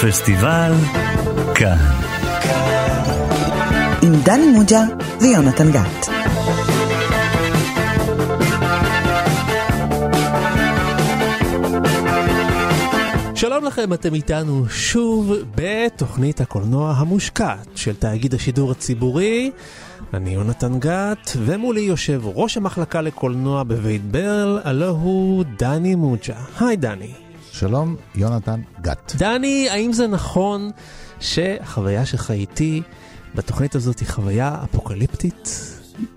פסטיבל כאן. עם דני מוג'ה ויונתן גת. שלום לכם, אתם איתנו שוב בתוכנית הקולנוע המושקעת של תאגיד השידור הציבורי. אני יונתן גת, ומולי יושב ראש המחלקה לקולנוע בבית ברל, הלא הוא דני מוג'ה. היי דני. שלום, יונתן גת. דני, האם זה נכון שהחוויה שחייתי בתוכנית הזאת היא חוויה אפוקליפטית?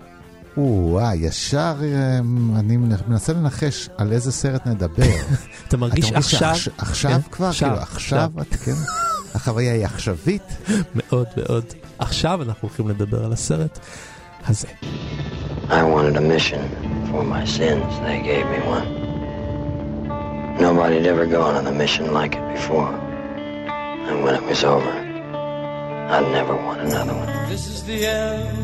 ישר אני מנסה לנחש על איזה סרט נדבר. אתה מרגיש עכשיו? עכשיו כבר? עכשיו, כן. החוויה היא עכשווית? מאוד מאוד. עכשיו אנחנו הולכים לדבר על הסרט הזה. I wanted a mission for my sins. They gave me one. Nobody had ever gone on a mission like it before. And when it was over, I'd never want another one. This is the end.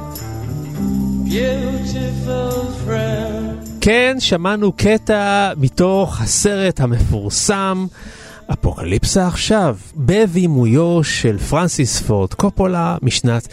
Beautiful friend. כן, שמענו קטע מתוך הסרט המפורסם אפוקליפסה עכשיו, בבימויו של פרנסיס פורד קופולה משנת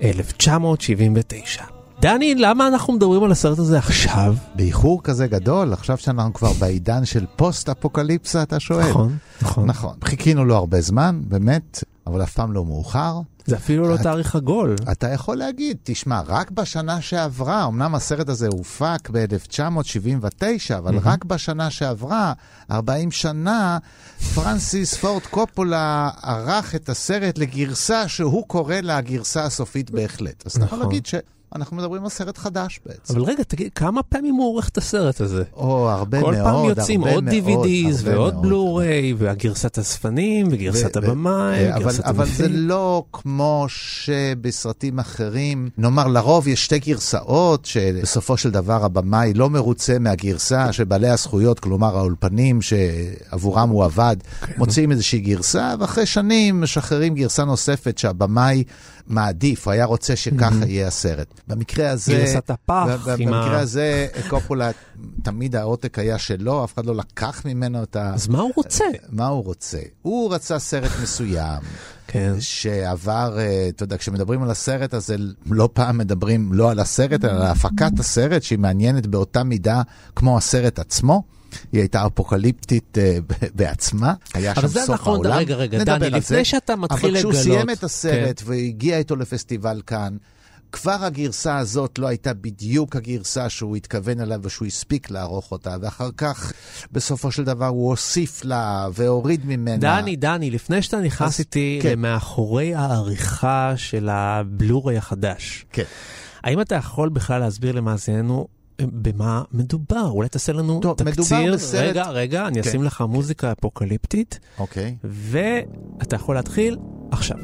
1979. דני, למה אנחנו מדברים על הסרט הזה עכשיו? באיחור כזה גדול, עכשיו שאנחנו כבר בעידן של פוסט-אפוקליפסה, אתה שואל? נכון. חיכינו לו הרבה זמן, באמת, אבל אף פעם לא מאוחר. זה אפילו לא תאריך עגול. אתה יכול להגיד, תשמע, רק בשנה שעברה, אמנם הסרט הזה הופק ב-1979, אבל רק בשנה שעברה, 40 שנה, פרנסיס פורד קופולה ערך את הסרט לגרסה שהוא קורא לה הגרסה הסופית בהחלט. אז אתה יכול להגיד אנחנו מדברים על סרט חדש בעצם. אבל רגע, תגיד, כמה פעמים הוא עורך את הסרט הזה? הרבה מאוד. כל פעם יוצאים עוד DVDs ועוד בלו-ריי, והגרסת הספנים, וגרסת הבמאי, וגרסת המפיק. אבל זה לא כמו שבסרטים אחרים, נאמר, לרוב יש שתי גרסאות, שבסופו של דבר הבמאי לא מרוצה מהגרסה, שבעלי הזכויות, כלומר האולפנים שעבורם הוא עבד, מוצאים איזושהי גרסה, ואחרי שנים משחררים גרסה נוספת שהבמאי מעדיף, הוא היה רוצה שככה יהיה הסרט. במקרה הזה, גרסת הפח, במקרה הזה, קופולה, תמיד העותק היה שלו, אף אחד לא לקח ממנו את ה... אז מה הוא רוצה? מה הוא רוצה? הוא רצה סרט מסוים, שעבר, אתה יודע, כשמדברים על הסרט הזה, לא פעם מדברים לא על הסרט, אלא על הפקת הסרט, שהיא מעניינת באותה מידה כמו הסרט עצמו. היא הייתה אפוקליפטית בעצמה, היה שם סוף העולם. רגע, דני, לפני שאתה מתחיל לגלות... אבל כשהוא סיים את הסרט והגיע איתו לפסטיבל כאן, כבר הגרסה הזאת לא הייתה בדיוק הגרסה שהוא התכוון עליו ושהוא הספיק לערוך אותה, ואחר כך בסופו של דבר הוא הוסיף לה והוריד ממנה. דני, לפני שאתה נכנס איתי למאחורי העריכה של הבלו-ריי החדש, האם אתה יכול בכלל להסביר למאזיננו במה מדובר? אולי תעשה לנו תקציר. רגע, אני אשים לך מוזיקה אפוקליפטית. אוקיי. ואתה יכול להתחיל עכשיו.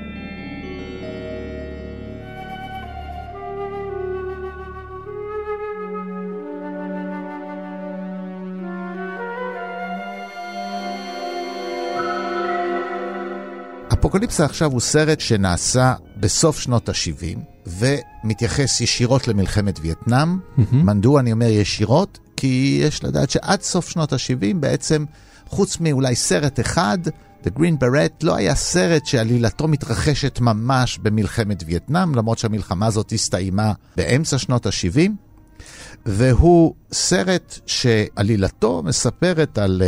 אפוקליפסה עכשיו הוא סרט שנעשה בסוף שנות ה-70, ומתייחס ישירות למלחמת וייטנאם. מדוע אני אומר ישירות? כי יש לדעת שעד סוף שנות ה-70 בעצם, חוץ מאולי סרט אחד, The Green Beret, לא היה סרט שעלילתו מתרחשת ממש במלחמת וייטנאם, למרות שהמלחמה הזאת הסתיימה באמצע שנות ה-70, והוא סרט שעלילתו מספרת על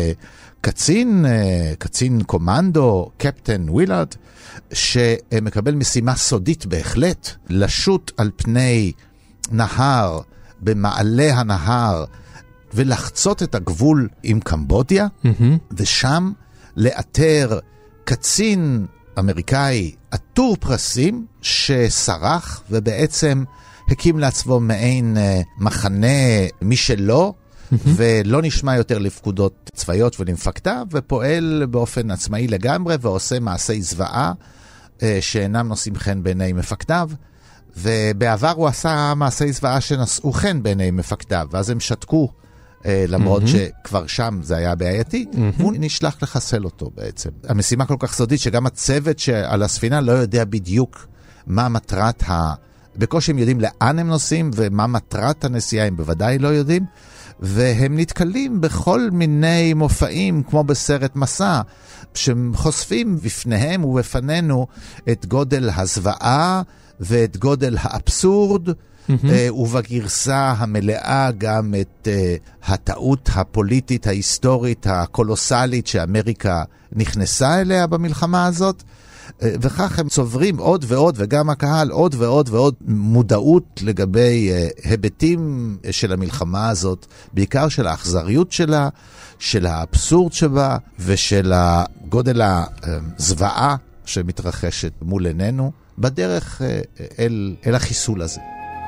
קצין קומנדו, קפטן ווילארד, שמקבל משימה סודית בהחלט, לשוט על פני נהר, במעלה הנהר, ולחצות את הגבול עם קמבודיה, ושם לאתר קצין אמריקאי עטור פרסים, שסרח ובעצם הקים לעצמו מעין מחנה משלו, ולא נשמע יותר לפקודות צבאיות ולמפקדיו, ופועל באופן עצמאי לגמרי, ועושה מעשי זוועה שאינם נושאים חן בעיני מפקדיו, ובעבר הוא עשה מעשי זוועה שנשאו חן בעיני מפקדיו, ואז הם שתקו, למרות שכבר שם זה היה בעייתי, והוא נשלח לחסל אותו בעצם. המשימה כל כך סודית שגם הצוות שעל הספינה לא יודע בדיוק מה מטרת בקושי הם יודעים לאן הם נוסעים, ומה מטרת הנסיעה הם בוודאי לא יודעים, והם נתקלים בכל מיני מופעים, כמו בסרט מסע, שחושפים בפניהם ובפנינו את גודל הזוועה ואת גודל האבסורד, ובגרסה המלאה גם את הטעות הפוליטית, ההיסטורית, הקולוסלית שאמריקה נכנסה אליה במלחמה הזאת, וכך הם צוברים עוד ועוד, וגם הקהל עוד ועוד ועוד מודעות לגבי היבטים של המלחמה הזאת, בעיקר של האכזריות שלה, של האבסורד שבה, ושל גודל הזוועה שמתרחשת מול עינינו, בדרך אל החיסול הזה.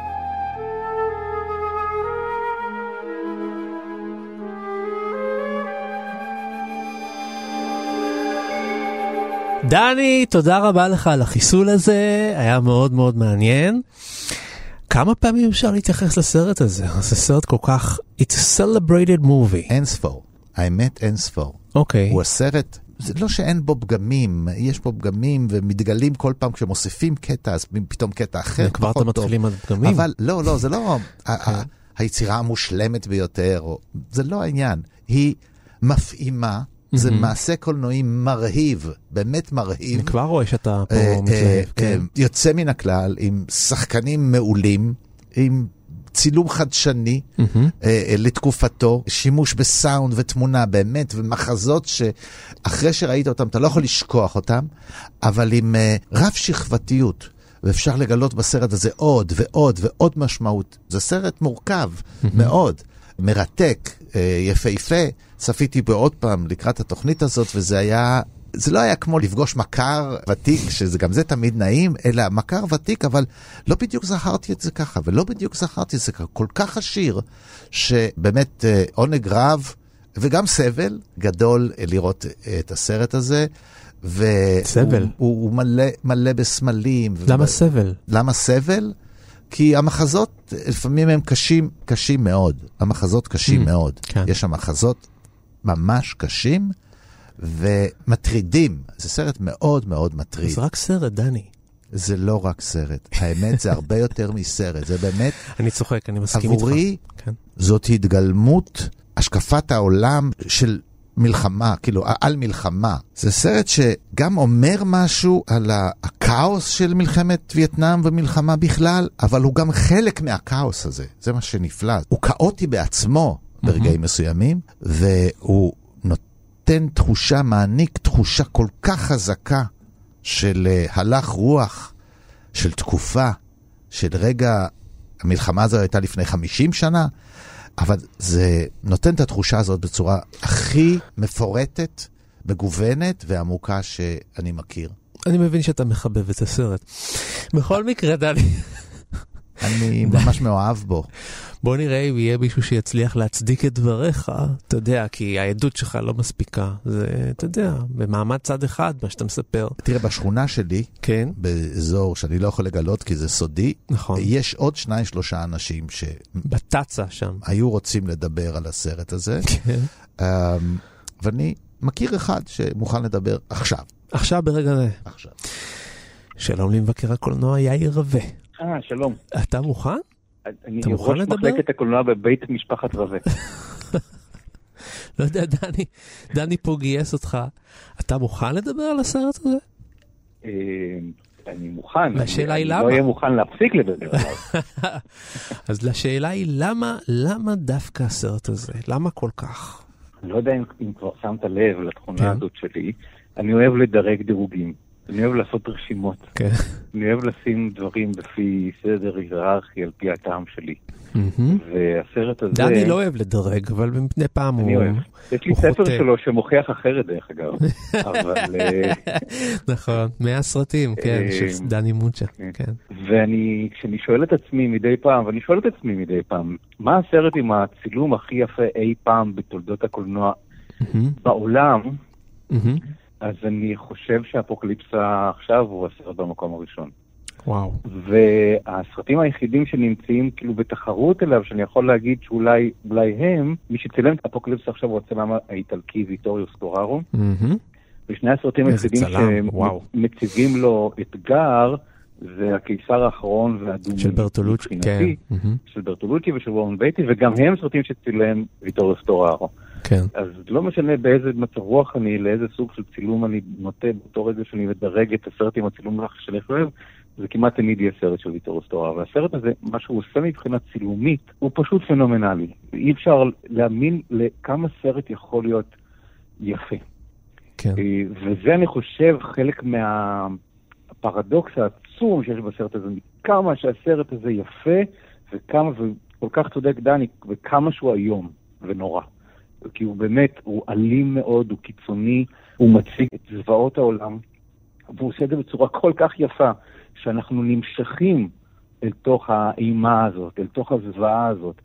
דני, תודה רבה לך על החיסול הזה, היה מאוד מאוד מעניין. כמה פעמים אפשר להתייחס לסרט הזה? זה סרט כל כך, it's a celebrated movie. אין ספור, האמת אין ספור. אוקיי. הוא הסרט, זה לא שאין בו פגמים, יש בו פגמים ומתגלים כל פעם כשמוסיפים קטע, אז פתאום קטע אחר פחות טוב. כבר אתם מתחילים על פגמים. אבל לא, זה לא היצירה המושלמת ביותר, זה לא העניין. היא מפעימה, זה מעשה קולנועי מרהיב, באמת מרהיב. אני כבר רואה שאתה פה מתלהב. יוצא מן הכלל, עם שחקנים מעולים, עם צילום חדשני לתקופתו, שימוש בסאונד ותמונה באמת, ומחזות שאחרי שראית אותם, אתה לא יכול לשכוח אותם, אבל עם רב שכבתיות, ואפשר לגלות בסרט הזה עוד ועוד ועוד משמעות. זה סרט מורכב מאוד, מרתק, יפהפה. צפיתי בעוד פעם לקראת התוכנית הזאת, זה לא היה כמו לפגוש מכר ותיק, שגם זה תמיד נעים, אלא מכר ותיק, אבל לא בדיוק זכרתי את זה ככה, ולא בדיוק זכרתי את זה ככה, כל כך עשיר, שבאמת עונג רב, וגם סבל גדול לפרט את הסרט הזה, והוא מלא בסמלים. למה סבל? למה סבל? כי המחזות לפעמים הם קשים מאוד. המחזות קשים מאוד. יש שם מחזות ממש קשים ומטרידים. זה סרט מאוד מאוד מטריד. זה רק סרט, דני. זה לא רק סרט. האמת זה הרבה יותר מסרט. זה באמת... אני צוחק, אני מסכים איתך. עבורי זאת התגלמות, השקפת העולם של מלחמה, כאילו על מלחמה. זה סרט שגם אומר משהו על הכאוס של מלחמת וייטנאם ומלחמה בכלל, אבל הוא גם חלק מהכאוס הזה. זה מה שנפלא. הוא כאוטי בעצמו ברגעים מסוימים, והוא נותן תחושה, מעניק תחושה כל כך חזקה של הלך רוח, של תקופה, של רגע, המלחמה הזו הייתה לפני 50 שנה, אבל זה נותן את התחושה הזאת בצורה הכי מפורטת, מגוונת ועמוקה שאני מכיר. אני מבין שאתה מחבב את הסרט. בכל מקרה, דני. אני ממש מאוהב בו. בוא נראה אם יהיה מישהו שיצליח להצדיק את דבריך, אתה יודע, כי העדות שלך לא מספיקה. זה, אתה יודע, במעמד צד אחד, מה שאתה מספר. תראה, בשכונה שלי, כן? באזור שאני לא יכול לגלות כי זה סודי, נכון. יש עוד 2-3 אנשים בטצה שם. היו רוצים לדבר על הסרט הזה. כן. ואני מכיר אחד שמוכן לדבר עכשיו. עכשיו ברגע זה. עכשיו. שלום למבקר הקולנוע יאיר רווה. שלום. אתה מוכן? אני ראש מחלקת הקולנוע בבית משפחת רווה. לא יודע, דני פה גייס אותך. אתה מוכן לדבר על הסרט הזה? אני מוכן. לשאלה היא למה? אני לא אהיה מוכן להפסיק לדבר עליו. אז לשאלה היא למה דווקא הסרט הזה? למה כל כך? אני לא יודע אם כבר שמת לב לתכונה הזאת שלי. אני אוהב לדרג דירוגים. אני אוהב לעשות רשימות. אני אוהב לשים דברים בפי סדר היררכי על פי הטעם שלי. והסרט הזה... דני לא אוהב לדרג, אבל מפני פעם הוא... אני אוהב. יש לי ספר שלו שמוכיח אחרת דרך אגב. אבל... נכון, 100 סרטים, כן, של דני מונצ'ה. ואני, כשאני שואל את עצמי מדי פעם, ואני שואל את עצמי מדי פעם, מה הסרט עם הצילום הכי יפה אי פעם בתולדות הקולנוע בעולם? אז אני חושב שהאפוקליפסה עכשיו הוא הסרט במקום הראשון. וואו. והסרטים היחידים שנמצאים כאילו בתחרות אליו, שאני יכול להגיד שאולי הם, מי שצילם את האפוקליפסה עכשיו הוא הצלם האיטלקי ויטוריו סטוררו. ושני הסרטים היחידים שמציבים לו אתגר, זה הקיסר האחרון והדומי. של ברטולוצ'י, כן. של ברטולוצ'י ושל וורמן בייטי, וגם הם סרטים שצילם ויטוריו סטוררו. כן. אז לא משנה באיזה מצב רוח אני, לאיזה סוג של צילום אני נוטה, באותו רגע שאני מדרג את הסרט עם הצילום של איך אוהב, זה כמעט תמיד יהיה סרט של ויטוריו סטוררו. והסרט הזה, מה שהוא עושה מבחינת צילומית, הוא פשוט פנומנלי. אי אפשר להאמין לכמה סרט יכול להיות יפה. כן. וזה אני חושב חלק הפרדוקס העצום שיש בסרט הזה, כמה שהסרט הזה יפה, וכמה, וכל כך צודק דני, וכמה שהוא היום ונורא. כי הוא באמת, הוא אלים מאוד, הוא קיצוני, הוא מציג את זוועות העולם, והוא עושה את זה בצורה כל כך יפה, שאנחנו נמשכים אל תוך האימה הזאת, אל תוך הזוועה הזאת,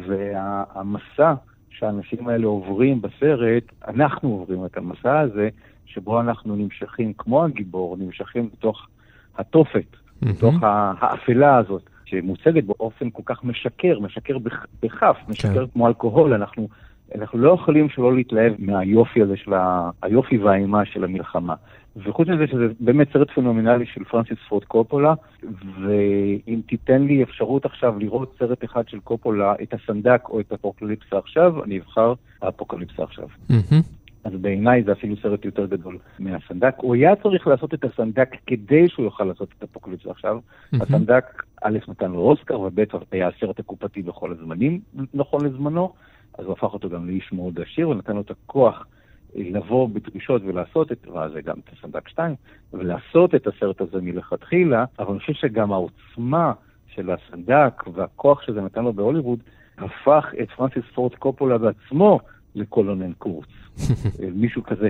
והמסע שהאנשים האלה עוברים בסרט, אנחנו עוברים את המסע הזה, שבו אנחנו נמשכים כמו הגיבור, נמשכים בתוך התופת, בתוך האפלה הזאת, שמוצגת באופן כל כך משקר בכף, משקר כמו אלכוהול. אנחנו לא יכולים שלא להתלהב מהיופי הזה של היופי והאימה של המלחמה. וחוץ מזה שזה באמת סרט פנומנלי של פרנסיס פורד קופולה, ואם תיתן לי אפשרות עכשיו לראות סרט אחד של קופולה, את הסנדק או את אפוקליפסה עכשיו, אני אבחר האפוקליפסה עכשיו. אז בעיניי זה אפילו סרט יותר גדול מהסנדק. הוא היה צריך לעשות את הסנדק כדי שהוא יוכל לעשות את אפוקליפסה עכשיו. הסנדק, א' נתן לו אוסקר, וב' היה הסרט הקופתי בכל הזמנים, נכון לזמנו, אז הוא הפך אותו גם לאיש מאוד עשיר, ונתן לו את הכוח לבוא בדרישות ולעשות את, וזה גם את הסנדק 2, ולעשות את הסרט הזה מלכתחילה, אבל אני חושב שגם העוצמה של הסנדק והכוח שזה נתן לו בהוליווד, הפך את פרנסיס פורד קופולה בעצמו לקולונל קורץ. מישהו כזה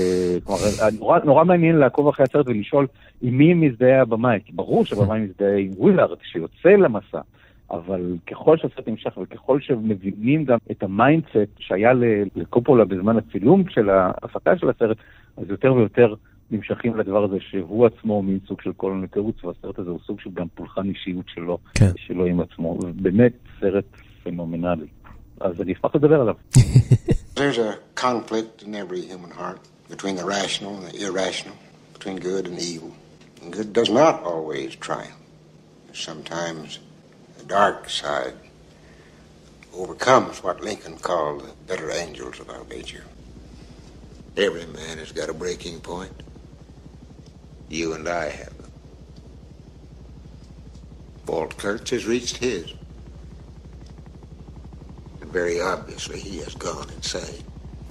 נורא מעניין לעקוב אחרי הסרט ולשאול עם מי מזדהה הבמאי, כי ברור שהבמאי מזדהה עם ווילארד שיוצא למסע, אבל ככל שהסרט נמשך וככל שמבינים גם את המיינדסט שהיה לקופולה בזמן הצילום של ההפקה של הסרט, אז יותר ויותר נמשכים לדבר הזה שהוא עצמו מין סוג של קולונל קורץ, והסרט הזה הוא סוג של גם פולחן אישיות שלו עם עצמו. באמת סרט פנומנלי. אז אני אשמח לדבר עליו. There's a conflict in every human heart between the rational and the irrational, between good and evil. And good does not always triumph. Sometimes the dark side overcomes what Lincoln called the better angels of our nature. Every man has got a breaking point. You and I have them. Walt Kurtz has reached his. Very obviously, he has gone insane.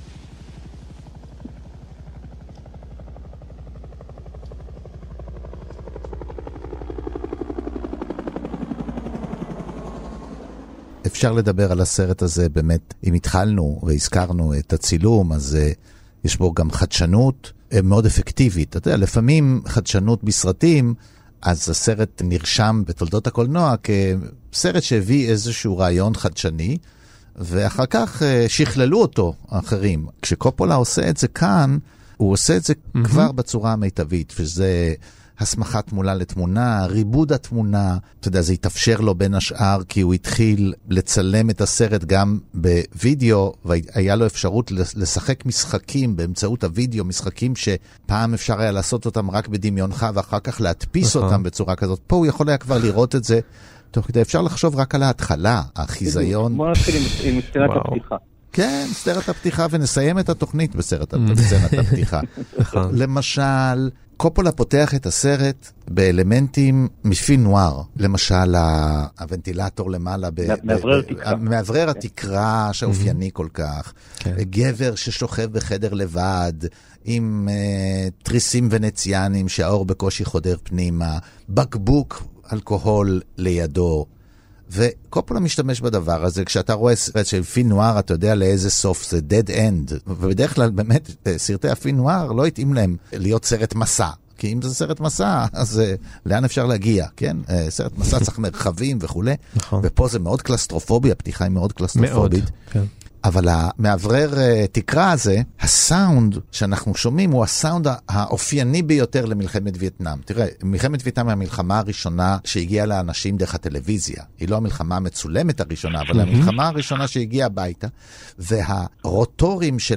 אפשר לדבר על הסרט הזה באמת, אם התחלנו והזכרנו את הצילום, אז יש בו גם חדשנות מאוד אפקטיבית. אתה יודע, לפעמים חדשנות בסרטים, אז הסרט נרשם בתולדות הקולנוע כסרט שהביא איזשהו רעיון חדשני, ואחר כך שכללו אותו האחרים. כשקופולה עושה את זה כאן, הוא עושה את זה כבר בצורה המיטבית, וזה הסמכת תמונה לתמונה, ריבוד התמונה. אתה יודע, זה התאפשר לו בין השאר, כי הוא התחיל לצלם את הסרט גם בווידאו, והיה לו אפשרות לשחק משחקים באמצעות הווידאו, משחקים שפעם אפשר היה לעשות אותם רק בדמיונך, ואחר כך להדפיס אותם בצורה כזאת. פה הוא יכול היה כבר לראות את זה, תוך כדי אפשר לחשוב רק על ההתחלה, החיזיון. בוא נתחיל עם סצנת הפתיחה. כן, סצנת הפתיחה, ונסיים את התוכנית בסצנת הפתיחה. למשל, קופולה פותח את הסרט באלמנטים מפילם נואר. למשל, הוונטילטור למעלה, מאוורר התקרה שאופייני כל כך. גבר ששוכב בחדר לבד, עם תריסים ונציאנים שהאור בקושי חודר פנימה, בקבוק אלכוהול לידו, וקופולה משתמש בדבר הזה. כשאתה רואה סרט של פילם נואר, אתה יודע לאיזה סוף זה dead end, ובדרך כלל באמת סרטי הפילם נואר לא התאים להם להיות סרט מסע, כי אם זה סרט מסע, אז לאן אפשר להגיע, כן? סרט מסע צריך מרחבים וכו'. ופה זה מאוד קלסטרופובי, הפתיחה היא מאוד קלסטרופובית. כן. אבל המאוורר תקרה הזה, הסאונד שאנחנו שומעים הוא הסאונד האופייני ביותר למלחמת וייטנאם. תראה, מלחמת וייטנאם היא המלחמה הראשונה שהגיעה לאנשים דרך הטלוויזיה. היא לא המלחמה המצולמת הראשונה, אבל המלחמה הראשונה שהגיעה הביתה, והרוטורים של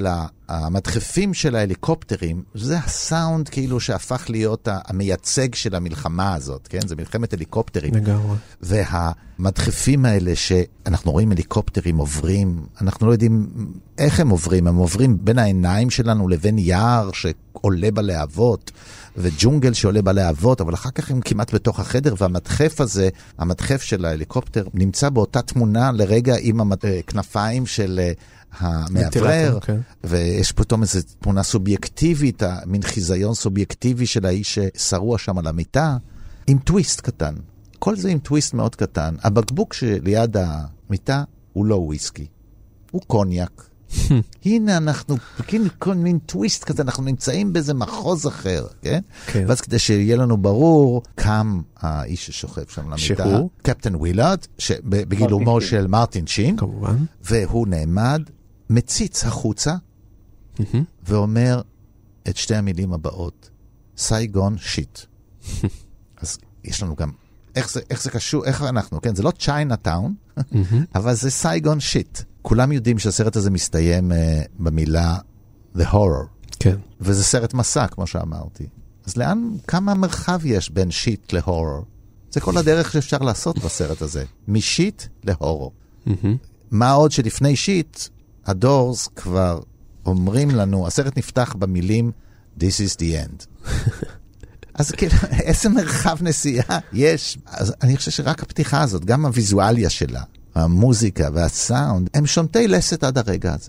המדחפים של ההליקופטרים, זה הסאונד כאילו שהפך להיות המייצג של המלחמה הזאת, כן? זה מלחמת הליקופטרים. לגמרי. והמדחפים האלה שאנחנו רואים הליקופטרים עוברים, אנחנו לא יודעים איך הם עוברים בין העיניים שלנו לבין יער שעולה בלהבות, וג'ונגל שעולה בלהבות, אבל אחר כך הם כמעט בתוך החדר, והמדחף הזה, המדחף של ההליקופטר, נמצא באותה תמונה לרגע עם הכנפיים של המעברר, ויש פתאום איזו תמונה סובייקטיבית, מין חיזיון סובייקטיבי של האיש ששרוע שם על המיטה, עם טוויסט קטן. כל זה עם טוויסט מאוד קטן. הבקבוק שליד המיטה הוא לא וויסקי, הוא קוניאק. הנה אנחנו, כל מין טוויסט כזה, אנחנו נמצאים באיזה מחוז אחר, כן? ואז כדי שיהיה לנו ברור, קם האיש ששוכב שם למיטה. שהוא? קפטן ווילארד, בגילומו של מרטין שין. כמובן. והוא נעמד, מציץ החוצה, ואומר את שתי המילים הבאות, סייגון שיט. אז יש לנו גם, איך זה קשור, איך אנחנו, כן? זה לא צ'יינאטאון, אבל זה סייגון שיט. כולם יודעים שהסרט הזה מסתיים במילה The Horror. כן. וזה סרט מסע, כמו שאמרתי. אז כמה מרחב יש בין שיט להורר? זה כל הדרך שאפשר לעשות בסרט הזה. משיט להורר. מה עוד שלפני שיט, הדורס כבר אומרים לנו, הסרט נפתח במילים This is the end. אז כאילו, איזה מרחב נסיעה יש? אז אני חושב שרק הפתיחה הזאת, גם הוויזואליה שלה, המוזיקה והסאונד, הם שומטי לסת עד הרגע הזה.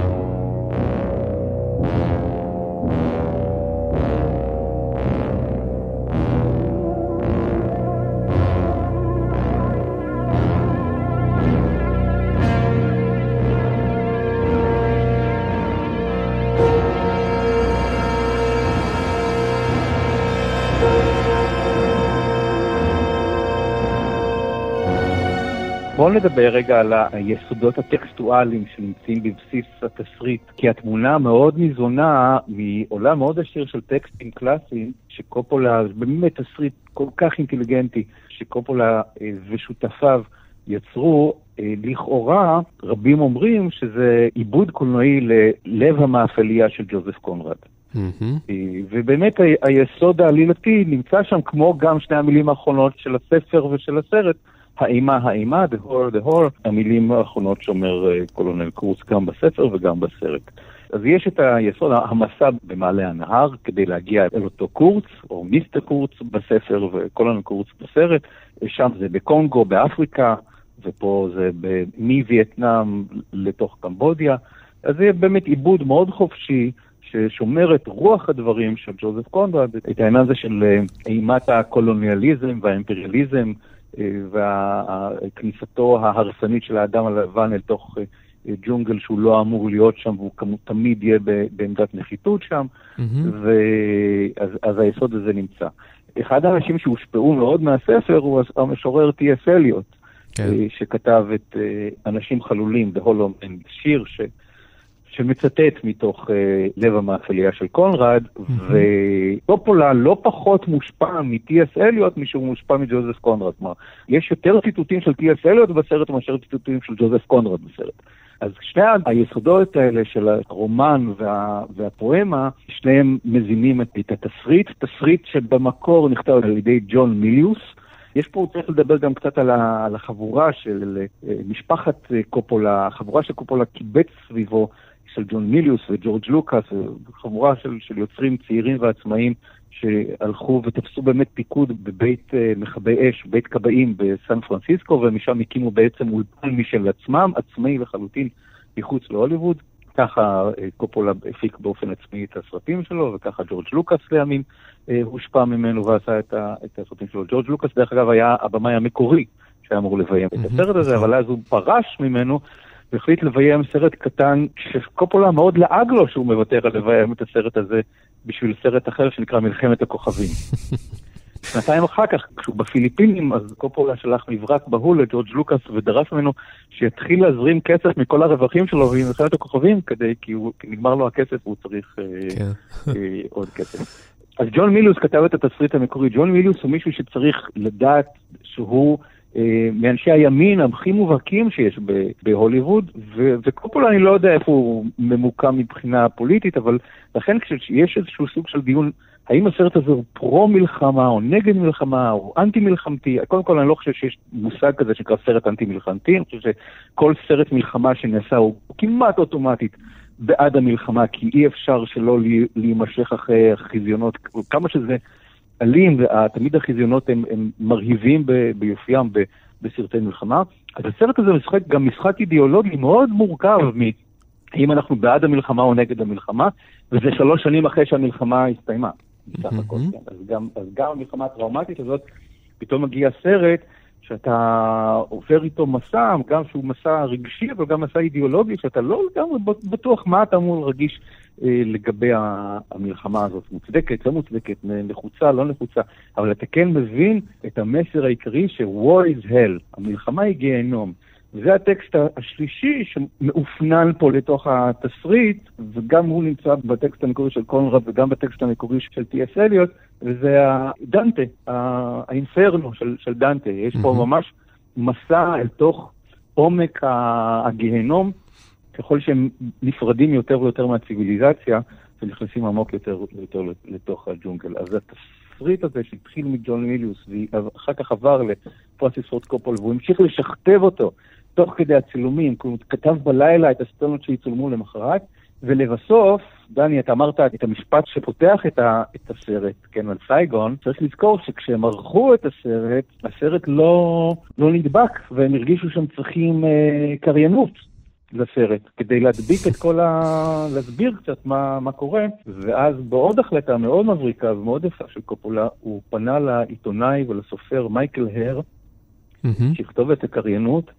בואו נדבר רגע על היסודות הטקסטואליים שנמצאים בבסיס התסריט, כי התמונה מאוד ניזונה מעולם מאוד עשיר של טקסטים קלאסיים, שקופולה, באמת תסריט כל כך אינטליגנטי, שקופולה ושותפיו יצרו, לכאורה רבים אומרים שזה עיבוד קולנועי ללב המאפליה של ג'וזף קונרד. ובאמת היסוד העלילתי נמצא שם, כמו גם שני המילים האחרונות של הספר ושל הסרט, האימה, the horror, המילים האחרונות שאומר קולונל קורץ גם בספר וגם בסרט. אז יש את היסוד, המסע במעלה הנהר, כדי להגיע אל אותו קורץ, או מיסטר קורץ בספר וקולונל קורץ בסרט, שם זה בקונגו, באפריקה, ופה זה מווייטנאם לתוך קמבודיה. אז זה באמת עיבוד מאוד חופשי, ששומר את רוח הדברים של ג'וזף קונרד, את העניין הזה של אימת הקולוניאליזם והאימפריאליזם, וכניסתו ההרסנית של האדם הלבן אל תוך ג'ונגל שהוא לא אמור להיות שם, והוא תמיד יהיה בעמדת נחיתות שם, אז היסוד הזה נמצא. אחד האנשים שהושפעו מאוד מהספר הוא המשורר טי.אס. אליוט, שכתב את אנשים חלולים, The Hollow Man, שיר שמצטט מתוך לב המאפליה של קונרד, וקופולה לא פחות מושפע מטי.אס. אליוט משהוא מושפע מג'וזף קונרד. יש יותר ציטוטים של טי.אס. אליוט בסרט מאשר ציטוטים של ג'וזף קונרד בסרט. אז שני היסודות האלה של הרומן והפואמה, שניהם מזינים את התסריט, תסריט שבמקור נכתב על ידי ג'ון מיליוס. יש פה, צריך לדבר גם קצת על החבורה של משפחת קופולה, החבורה של קופולה קיבץ סביבו, של ג'ון מיליוס וג'ורג' לוקאס, חבורה של יוצרים צעירים ועצמאים שהלכו ותפסו באמת פיקוד בבית מכבי אש, בית קבעים בסן פרנסיסקו, ומשם הקימו בעצם אולפן משל עצמם, עצמאי לחלוטין מחוץ להוליווד. ככה קופולה הפיק באופן עצמי את הסרטים שלו, וככה ג'ורג' לוקאס לימים הושפע ממנו ועשה את הסרטים שלו. ג'ורג' לוקאס דרך אגב היה הבמאי המקורי שהיה אמור לביים את הסרט הזה, אבל אז הוא פרש ממנו, והחליט לביים סרט קטן, שקופולה מאוד לעג לו שהוא מוותר על לביים את הסרט הזה בשביל סרט אחר שנקרא מלחמת הכוכבים. שנתיים אחר כך, כשהוא בפיליפינים, אז קופולה שלח מברק בהול לג'ורג' לוקאס ודרש ממנו שיתחיל להזרים כסף מכל הרווחים שלו במלחמת הכוכבים, כי נגמר לו הכסף והוא צריך עוד כסף. אז ג'ון מיליוס כתב את התסריט המקורי. ג'ון מיליוס הוא מישהו שצריך לדעת שהוא מאנשי הימין הכי מובהקים שיש בהוליווד, וקופולה אני לא יודע איפה הוא ממוקם מבחינה פוליטית, אבל לכן כשיש איזשהו סוג של דיון, האם הסרט הזה הוא פרו-מלחמה, או נגד מלחמה, או אנטי-מלחמתי, קודם כל אני לא חושב שיש מושג כזה שנקרא סרט אנטי-מלחמתי, אני חושב שכל סרט מלחמה שנעשה הוא כמעט אוטומטית בעד המלחמה, כי אי אפשר שלא להימשך אחרי החזיונות, כמה שזה אלים, ותמיד החזיונות הם מרהיבים ביופיים בסרטי מלחמה. אז הסרט הזה משחק גם משחק אידיאולוגי מאוד מורכב אם אנחנו בעד המלחמה או נגד המלחמה, וזה 3 שנים אחרי שהמלחמה הסתיימה. בסך הכל, כן. אז גם המלחמה הטראומטית הזאת, פתאום מגיע סרט שאתה עובר איתו מסע, גם שהוא מסע רגשי, אבל גם מסע אידיאולוגי, שאתה לא לגמרי בטוח מה אתה אמור להרגיש לגבי המלחמה הזאת. מוצדקת, לא מוצדקת, נחוצה, לא נחוצה, אבל אתה כן מבין את המסר העיקרי ש-war is hell, המלחמה היא גיהנום. וזה הטקסט השלישי שמאופנן פה לתוך התסריט, וגם הוא נמצא בטקסט המקורי של קונרד וגם בטקסט המקורי של טי.אס. אליוט, וזה דנטה, האינפרנו של דנטה. יש פה ממש מסע אל תוך עומק הגיהנום, ככל שהם נפרדים יותר ויותר מהציביליזציה, ונכנסים עמוק יותר ויותר לתוך הג'ונגל. אז התסריט הזה שהתחיל מג'ון מיליוס, ואחר כך עבר לפרנסיס פורד קופול, והוא המשיך לשכתב אותו תוך כדי הצילומים, הוא כתב בלילה את הסצנות שיצולמו למחרת, ולבסוף, דני, אתה אמרת את המשפט שפותח את הסרט, כן, על סייגון, צריך לזכור שכשהם ערכו את הסרט לא נדבק, והם הרגישו שהם צריכים קריינות לסרט, כדי להדביק את להסביר קצת מה קורה, ואז בעוד החלטה מאוד מבריקה ומאוד יפה של קופולה, הוא פנה לעיתונאי ולסופר מייקל הר, שכתוב את הקריינות,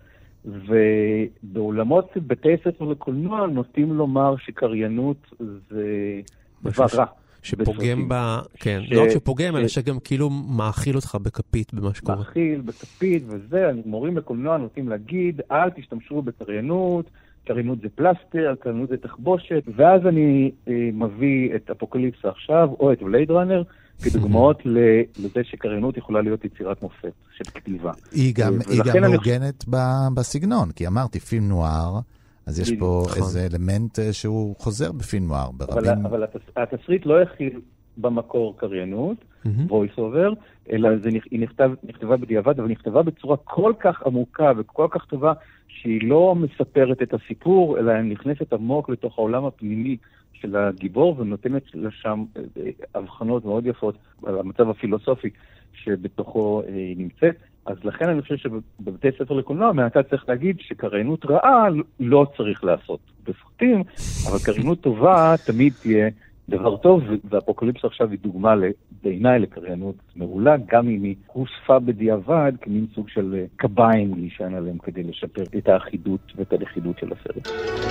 ובעולמות בתי ספר לקולנוע נוטים לומר שקריינות זה דבר רע. שפוגם כן, לא רק שפוגם, אלא שגם כאילו מאכיל אותך בכפית במה שקורה. מאכיל בכפית וזה, מורים לקולנוע נוטים להגיד, אל תשתמשו בקריינות, קריינות זה פלסטר, קריינות זה תחבושת, ואז אני מביא את אפוקליפסה עכשיו, או את בלייד ראנר, כדוגמאות לזה שקריינות יכולה להיות יצירת מופת של כתיבה. היא גם מעוגנת בסגנון, כי אמרתי פילם נואר, אז יש פה איזה אלמנט שהוא חוזר בפילם נואר. אבל התסריט לא הכיל במקור קריינות, voice over, אלא היא נכתבה בדיעבד, אבל נכתבה בצורה כל כך עמוקה וכל כך טובה, שהיא לא מספרת את הסיפור, אלא היא נכנסת עמוק לתוך העולם הפנימי של הגיבור, ונותנת לשם הבחנות מאוד יפות על המצב הפילוסופי שבתוכו היא נמצאת. אז לכן אני חושב שבבתי ספר לקולנוע, מעתה צריך להגיד שקריינות רעה לא צריך לעשות בסרטים, אבל קריינות טובה תמיד תהיה דבר טוב, והאפוקליפסה עכשיו היא דוגמה בעיניי לקריינות מעולה, גם אם היא הוספה בדיעבד כמין סוג של קביים להישען עליהם כדי לשפר את האחידות ואת הלכידות של הסרט.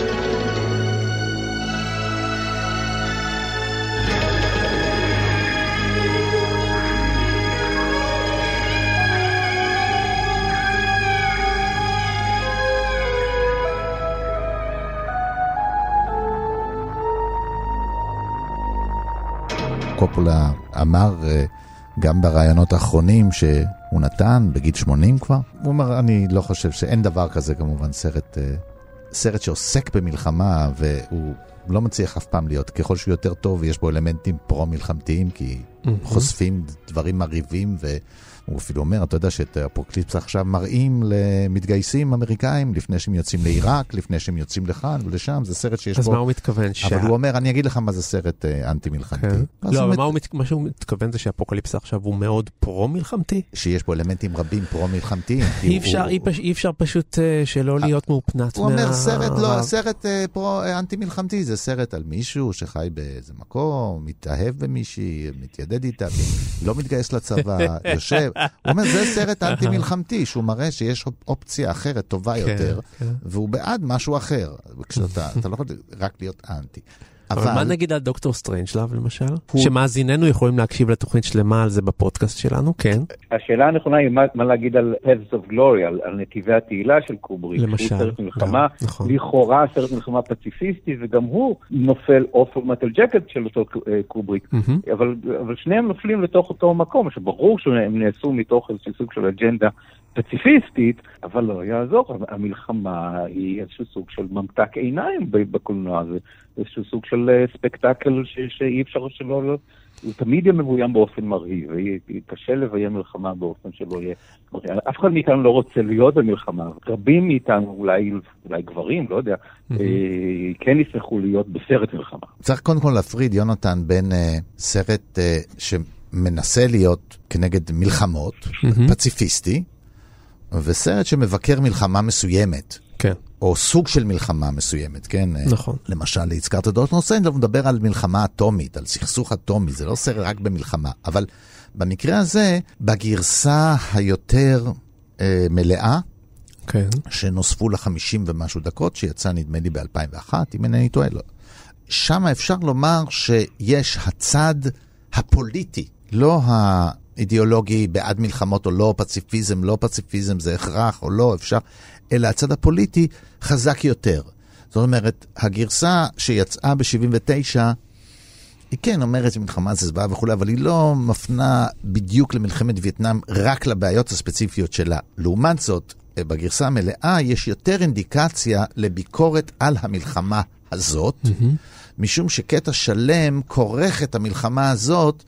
קופולה אמר גם ברעיונות האחרונים שהוא נתן בגיל 80 כבר, הוא אומר, אני לא חושב שאין דבר כזה כמובן סרט שעוסק במלחמה, והוא לא מצליח אף פעם להיות, ככל שהוא יותר טוב ויש בו אלמנטים פרו-מלחמתיים, כי חושפים דברים מריבים, והוא אפילו אומר, אתה יודע שאת אפוקליפסה עכשיו מראים למתגייסים אמריקאים, לפני שהם יוצאים לעיראק, לפני שהם יוצאים לכאן ולשם, זה סרט שיש אז בו... מה הוא מתכוון? אבל הוא אומר, אני אגיד לך מה זה סרט אנטי-מלחמתי. לא, אבל מה שהוא מתכוון זה שאפוקליפסה עכשיו הוא מאוד פרו-מלחמתי? שיש בו אלמנטים רבים פרו-מלחמתיים. אי אפשר פשוט שלא להיות מאופנת. הוא אומר, סרט אנטי-מלחמתי, זה סרט על מישהו שחי באיזה מקום, מתאהב במישהי, מתיידד איתה, לא מתגייס לצבא, יושב. הוא אומר, זה סרט אנטי-מלחמתי, שהוא מראה שיש אופציה אחרת, טובה יותר, והוא בעד משהו אחר. אתה לא יכול רק להיות אנטי. אבל מה נגיד על דוקטור סטרנג'לאב למשל? שמאזיננו יכולים להקשיב לתוכנית שלמה על זה בפודקאסט שלנו, כן? השאלה הנכונה היא מה להגיד על Paths of Glory, על נתיבי התהילה של קובריק. למשל. הוא סרט מלחמה, לכאורה סרט מלחמה פציפיסטי, וגם הוא נופל אופו מטל ג'קט של אותו קובריק. אבל שניהם נופלים לתוך אותו מקום, שברור שהם נעשו מתוך איזשהו סוג של אג'נדה פציפיסטית, אבל לא יעזור. המלחמה היא איזשהו סוג של ממתק עיניים בקולנוע הזה, איזשהו סוג של ספקטקל שאי אפשר שלא, הוא תמיד יהיה מבוים באופן מרהיב, קשה לביים מלחמה באופן שלא יהיה מרהיב. אף אחד מאיתנו לא רוצה להיות במלחמה, רבים מאיתנו, אולי גברים, לא יודע, כן ישמחו להיות בסרט מלחמה. צריך קודם כל להפריד, יונתן, בין סרט שמנסה להיות כנגד מלחמות, פציפיסטי, וסרט שמבקר מלחמה מסוימת. כן. או סוג של מלחמה מסוימת, כן? נכון. למשל, הזכרת דוט נוסן, אנחנו מדבר על מלחמה אטומית, על סכסוך אטומי, זה לא סרט רק במלחמה. אבל במקרה הזה, בגרסה היותר מלאה, כן. שנוספו ל50 ומשהו דקות, שיצא נדמה לי ב-2001, אם אינני טועה, לא. שם אפשר לומר שיש הצד הפוליטי, לא האידיאולוגי בעד מלחמות או לא, פציפיזם, לא פציפיזם, זה הכרח או לא, אפשר, אלא הצד הפוליטי חזק יותר. זאת אומרת, הגרסה שיצאה ב-79, היא כן אומרת שמלחמה זה זוועה וכו', אבל היא לא מפנה בדיוק למלחמת וייטנאם רק לבעיות הספציפיות שלה. לעומת זאת, בגרסה המלאה יש יותר אינדיקציה לביקורת על המלחמה הזאת, משום שקטע שלם כורך את המלחמה הזאת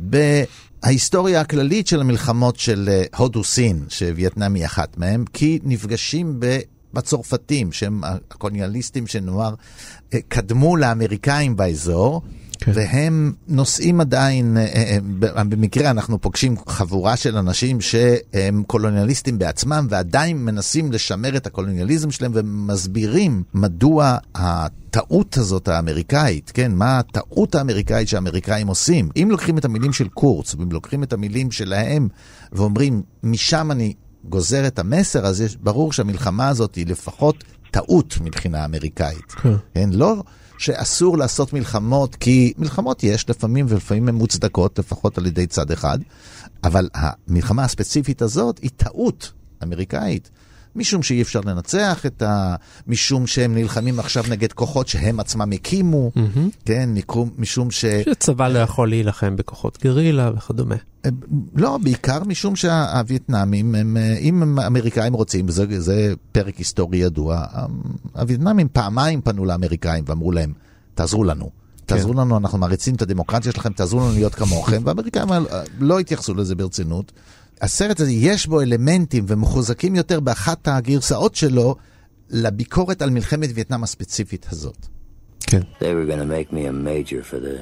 בהיסטוריה הכללית של המלחמות של הודו סין, שווייטנאם היא אחת מהם, כי נפגשים בצרפתים, שהם הקולוניאליסטים שנאמר קדמו לאמריקאים באזור, כן. והם נושאים עדיין, במקרה אנחנו פוגשים חבורה של אנשים שהם קולוניאליסטים בעצמם, ועדיין מנסים לשמר את הקולוניאליזם שלהם, ומסבירים מדוע הטעות הזאת האמריקאית, כן, מה הטעות האמריקאית שהאמריקאים עושים. אם לוקחים את המילים של קורץ, ואם לוקחים את המילים שלהם, ואומרים, משם אני גוזר את המסר, אז יש ברור שהמלחמה הזאת היא לפחות טעות מבחינה אמריקאית. כן, לא שאסור לעשות מלחמות, כי מלחמות יש לפעמים, ולפעמים הן מוצדקות, לפחות על ידי צד אחד, אבל המלחמה הספציפית הזאת היא טעות אמריקאית, משום שאי אפשר לנצח משום שהם נלחמים עכשיו נגד כוחות שהם עצמם הקימו, כן, משום שצבא לא יכול להילחם בכוחות גרילה וכדומה. לא, בעיקר משום שהווייטנאמים, אם האמריקאים רוצים, זה פרק היסטורי ידוע, הווייטנאמים פעמיים פנו לאמריקאים ואמרו להם, תעזרו לנו. תעזרו לנו, אנחנו מעריצים את הדמוקרטיה שלכם, תעזרו לנו להיות כמוכם, והאמריקאים לא התייחסו לזה ברצינות. הסרט הזה יש בו אלמנטים ומחוזקים יותר באחת הגרסאות שלו לביקורת על מלחמת וייטנאם הספציפית הזאת. כן. They were going to make me a major for this.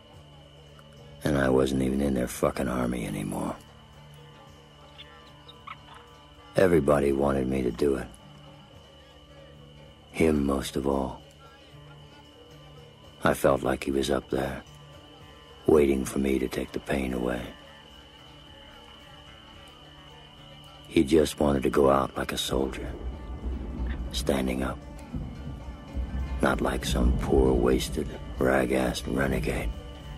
And I wasn't even in their fucking army anymore. Everybody wanted me to do it. Him most of all. I felt like he was up there, waiting for me to take the pain away. He just wanted to go out like a soldier, standing up, not like some poor, wasted, rag-ass renegade.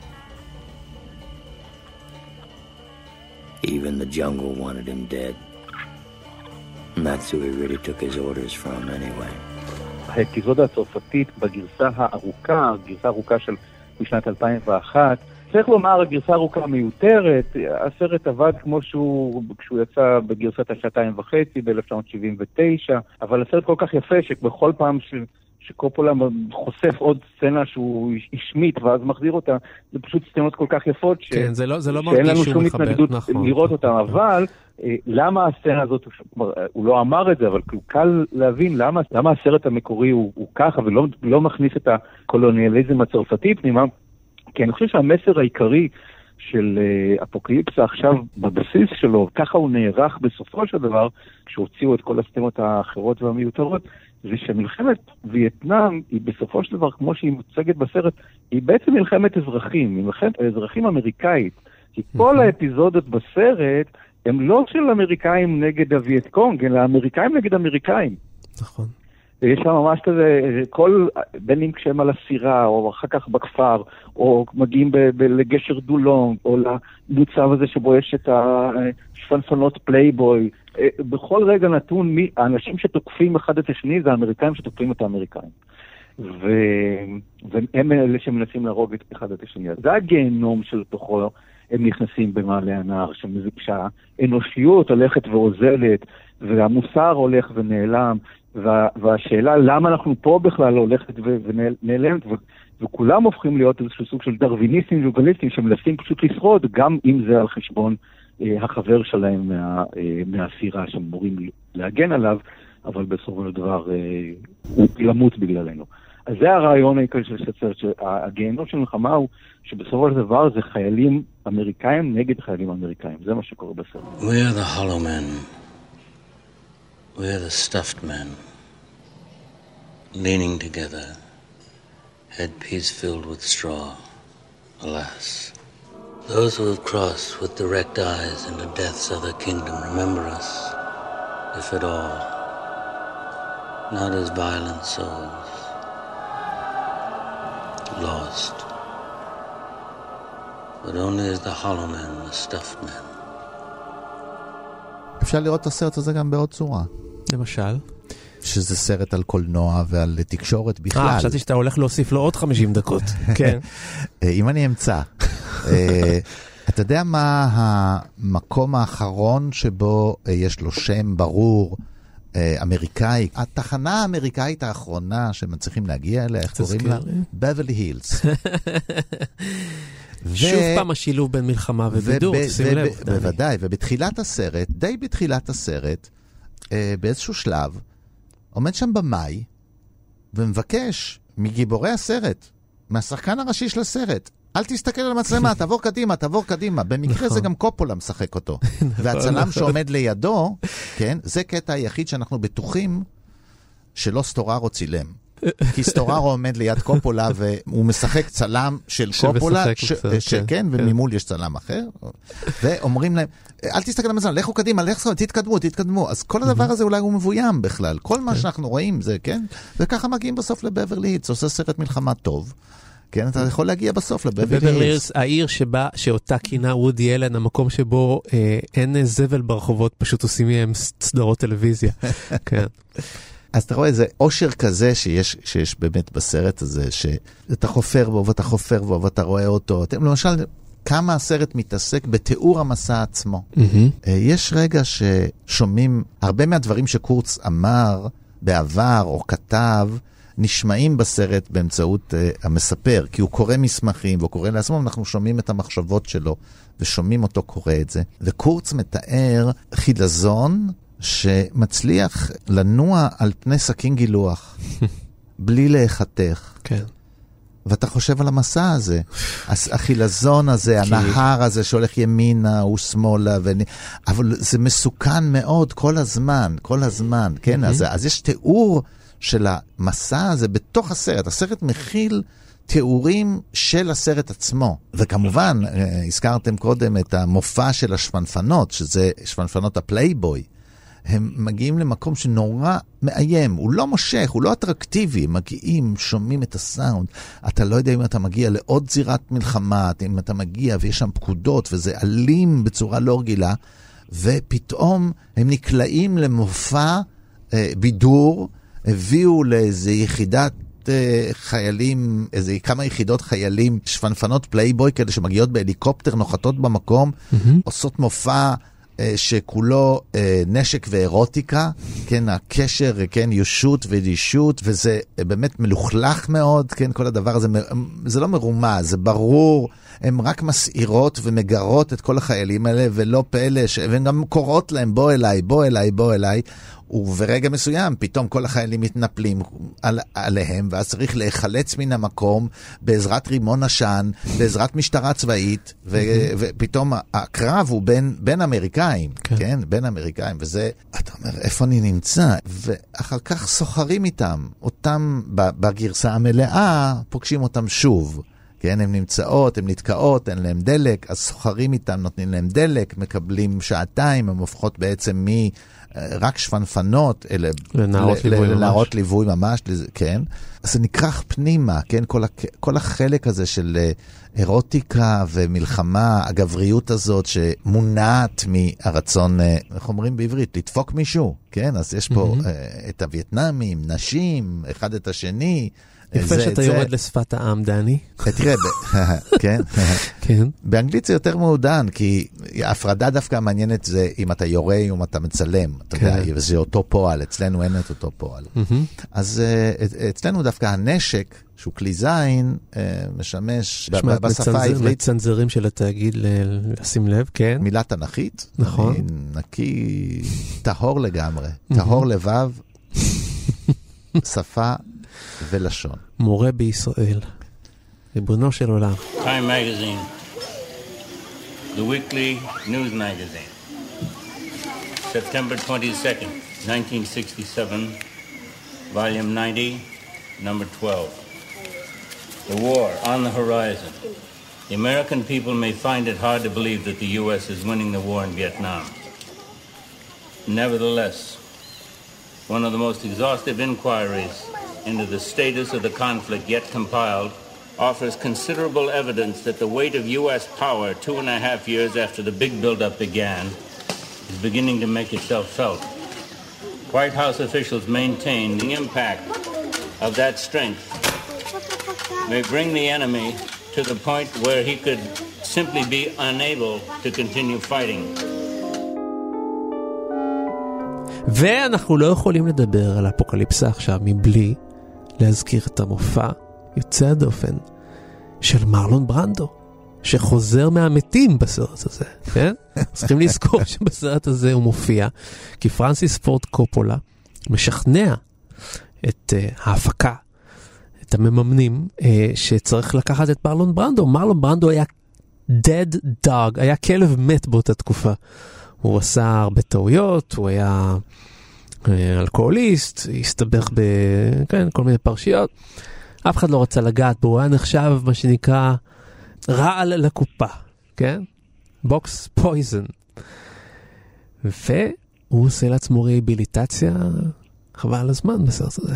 Even the jungle wanted him dead, and that's who he really took his orders from anyway. האפיזודה הצרפתית בגרסה הארוכה של משנת 2001, צריך לומר, הגרסה הארוכה מיותרת, הסרט עבד כמו כשהוא יצא בגרסת השעתיים וחצי ב-1979, אבל הסרט כל כך יפה שבכל פעם שקופולה חושף עוד סצנה שהוא השמיט ואז מחזיר אותה, זה פשוט סצנות כל כך יפות כן, זה לא שאין לנו שום התנגדות לראות אותם, אבל למה הסצנה הזאת, הוא לא אמר את זה, אבל קל להבין למה הסרט המקורי הוא ככה ולא מכניס את הקולוניאליזם הצרפתי פנימה, כי אני חושב שהמסר העיקרי של אפוקליפסה עכשיו בבסיס שלו, ככה הוא נערך בסופו של דבר, כשהוציאו את כל הסצנות האחרות והמיותרות, זה שמלחמת וייטנאם היא בסופו של דבר, כמו שהיא מוצגת בסרט, היא בעצם מלחמת אזרחים, מלחמת אזרחים אמריקאית, כי כל האפיזודות בסרט הם לא של אמריקאים נגד הווייטקונג, אלא אמריקאים נגד אמריקאים. נכון. ויש שם ממש כזה, בין אם כשהם על הסירה, או אחר כך בכפר, או מגיעים לגשר דולונג, או למוצב הזה שבו יש את השפנפנות פלייבוי. בכל רגע נתון, האנשים שתוקפים אחד את השני, זה האמריקאים שתוקפים את האמריקאים. והם אלה שמנסים להרוג את אחד את השני. זה הגיהנום של תוכו הם נכנסים במעלה הנהר, שהאנושיות הולכת ואוזלת, והמוסר הולך ונעלם, והשאלה למה אנחנו פה בכלל הולכת ונעלמת, וכולם הופכים להיות איזשהו סוג של דרוויניסטים וגליסטים שמנסים פשוט לשרוד, גם אם זה על חשבון החבר שלהם מהסירה שאמורים להגן עליו, אבל בסופו של דבר הוא למות בגללנו. אז זה הרעיון העיקרי של הסרט, שהגיהנום של מלחמה הוא שבסופו של דבר זה חיילים אמריקאים נגד חיילים אמריקאים. זה מה שקורה בסרט. We're the hollow men. We're the stuffed men. Leaning together. Headpiece filled with straw. Alas. Those who have crossed with direct eyes into death's other kingdom remember us, if at all, not as violent souls, lost, but only as the hollow men, the stuffed men. אפשר לראות את הסרט הזה גם בעוד צורה. למשל? שזה סרט על קולנוע ועל תקשורת בכלל. חשבתי שאתה הולך להוסיף לו עוד 50 דקות. כן. אם אני אמצא. אתה יודע מה המקום האחרון שבו יש לו שם ברור אמריקאי? התחנה האמריקאית האחרונה שמצליחים להגיע אליה, איך קוראים לה? בברלי הילס. שוב פעם השילוב בין מלחמה ובידור, שים לב. בוודאי, ובתחילת הסרט, די בתחילת הסרט, באיזשהו שלב, עומד שם במאי, ומבקש מגיבורי הסרט, מהשחקן הראשי של הסרט, אל תסתכל על המצלמה, תעבור קדימה, תעבור קדימה. במקרה זה גם קופולה משחק אותו. והצלם שעומד לידו, כן, זה קטע היחיד שאנחנו בטוחים שלא סטוררו צילם. כי סטוררו עומד ליד קופולה, והוא משחק צלם של קופולה, שכן, וממול יש צלם אחר, ואומרים להם, אל תסתכל על המצלמה, לכו קדימה, תתקדמו. אז כל הדבר הזה אולי הוא מבוים בכלל. כל מה שאנחנו רואים זה, כן, וככה מגיעים בסוף לבברלי הילס, עושה סרט מלחמה טוב. כן, אתה יכול להגיע בסוף לבברלי הילס. העיר שאותה כינה וודי אלן, המקום שבו אין זבל ברחובות, פשוט עושים מהם סדרות טלוויזיה. כן. אז אתה רואה איזה אושר כזה שיש באמת בסרט הזה, שאתה חופר בו ואתה חופר בו ואתה רואה אותו. למשל, כמה הסרט מתעסק בתיאור המסע עצמו. יש רגע ששומעים הרבה מהדברים שקורץ אמר בעבר או כתב, נשמעים בסרט באמצעות המספר, כי הוא קורא מסמכים והוא קורא לעצמו, אנחנו שומעים את המחשבות שלו ושומעים אותו קורא את זה. וקורץ מתאר חילזון שמצליח לנוע על פני סכין גילוח, בלי להיחתך. כן. ואתה חושב על המסע הזה. החילזון הזה, הנהר הזה שהולך ימינה ושמאלה, אבל זה מסוכן מאוד כל הזמן, כן? אז יש תיאור של המסע הזה בתוך הסרט. הסרט מכיל תיאורים של הסרט עצמו. וכמובן, הזכרתם קודם את המופע של השפנפנות, שזה שפנפנות הפלייבוי. הם מגיעים למקום שנורא מאיים, הוא לא מושך, הוא לא אטרקטיבי, מגיעים, שומעים את הסאונד, אתה לא יודע אם אתה מגיע לעוד זירת מלחמה, אם אתה מגיע ויש שם פקודות וזה אלים בצורה לא רגילה, ופתאום הם נקלעים למופע בידור, הביאו לאיזו יחידת חיילים, איזה כמה יחידות חיילים, שפנפנות פלייבוי כאלה שמגיעות בהליקופטר, נוחתות במקום, עושות מופע שכולו נשק ואירוטיקה, כן, הקשר, כן, ישות ודישות, וזה באמת מלוכלך מאוד, כן, כל הדבר הזה, זה לא מרומז, זה ברור, הן רק מסעירות ומגרות את כל החיילים האלה, ולא פלא, והן גם קוראות להם, בוא אליי, וברגע מסוים, פתאום כל החיילים מתנפלים עליהם, ואז צריך להיחלץ מן המקום, בעזרת רימון עשן, בעזרת משטרה צבאית, ופתאום הקרב הוא בין אמריקאים, כן? בין אמריקאים, וזה, אתה אומר, איפה אני נמצא? ואחר כך סוחרים איתם, אותם בגרסה המלאה, פוגשים אותם שוב. כן, הן נמצאות, הן נתקעות, אין להם דלק, אז סוחרים איתם, נותנים להם דלק, מקבלים שעתיים, הם הופכות בעצם רק שפנפנות, לנערות ליווי ממש, כן. אז זה נקרח פנימה, כן, כל החלק הזה של אירוטיקה ומלחמה, הגבריות הזאת שמונעת מהרצון, איך אומרים בעברית, לדפוק מישהו, כן, אז יש פה את הווייטנאמים, נשים, אחד את השני, יפה שאתה יורד לשפת העם, דני. תראה, כן? כן. באנגלית זה יותר מעודן, כי ההפרדה דווקא מעניינת זה אם אתה יורה, אם אתה מצלם, אתה יודע, וזה אותו פועל, אצלנו אין את אותו פועל. אז אצלנו דווקא הנשק, שהוא כלי זין, משמש בשפה העברית. מצנזרים של התאגיד לשים לב, כן. מילה תנכית. נכון. נקי, טהור לגמרי. טהור לבב, שפה ולשון. מורה בישראל. ריבונו של עולם. Time Magazine, the weekly news magazine, September 22nd, 1967, volume 90, number 12. The war on the horizon. The American people may find it hard to believe that the U.S. is winning the war in Vietnam. Nevertheless, one of the most exhaustive inquiries into the status of the conflict yet compiled offers considerable evidence that the weight of U.S. power 2.5 years after the big buildup began is beginning to make itself felt. White House officials maintain the impact of that strength may bring the enemy to the point where he could simply be unable to continue fighting. ואנחנו לא יכולים לדבר על אפוקליפסה עכשיו מבלי להזכיר את המופע יוצא הדופן של מרלון ברנדו, שחוזר מהמתים בסרט הזה, כן? צריכים לזכור שבסרט הזה הוא מופיע, כי פרנסיס פורד קופולה משכנע את ההפקה, את המממנים, שצריך לקחת את מרלון ברנדו. מרלון ברנדו היה dead dog, היה כלב מת באותה תקופה. הוא עשה הרבה טעויות, הוא היה אלכוהוליסט, הסתבך כל מיני פרשיות. אף אחד לא רצה לגעת בו, הוא היה נחשב מה שנקרא רעל לקופה, כן? בוקס פויזן. והוא עושה לעצמו ריהביליטציה חבל על הזמן בסרט הזה.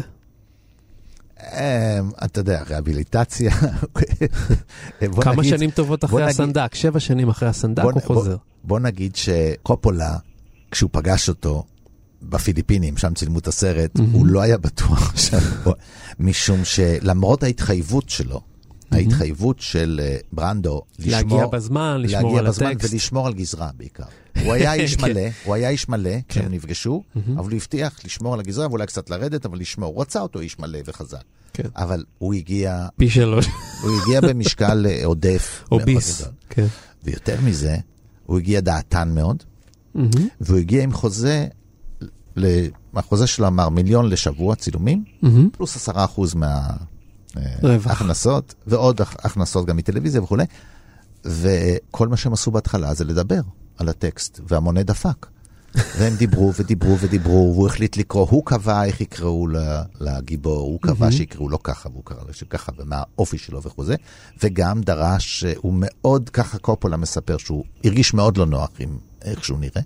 אתה יודע, ריהביליטציה... כמה שנים טובות אחרי הסנדק, 7 שנים אחרי הסנדק הוא חוזר. בוא נגיד שקופולה, כשהוא פגש אותו בפיליפינים, שם צילמו את הסרט, הוא לא היה בטוח משום שלמרות ההתחייבות שלו, ההתחייבות של ברנדו, להגיע בזמן, לשמור על הטקסט. ולשמור על גזרה בעיקר. הוא היה איש מלא, כשהם נפגשו, אבל הוא הבטיח לשמור על הגזרה, ואולי קצת לרדת, אבל לשמור. הוא רצה אותו איש מלא וחזק. אבל הוא הגיע... פי 3. הוא הגיע במשקל עודף. אוביס. ויותר מזה, הוא הגיע דעתן מאוד, והוא הגיע עם חוזה, החוזה שלו אמר 1,000,000 לשבוע צילומים, פלוס 10% מההכנסות, ועוד הכנסות גם מטלוויזיה וכו'. וכל מה שהם עשו בהתחלה זה לדבר על הטקסט, והמונה דפק. והם דיברו ודיברו ודיברו, והוא החליט לקרוא, הוא קבע איך יקראו לגיבור, הוא קבע שיקראו לו ככה, והוא קרא לו שככה, ומה האופי שלו וכו' זה, וגם דרש, הוא מאוד, ככה קופולה מספר, שהוא הרגיש מאוד לא נוח עם איך שהוא נראה,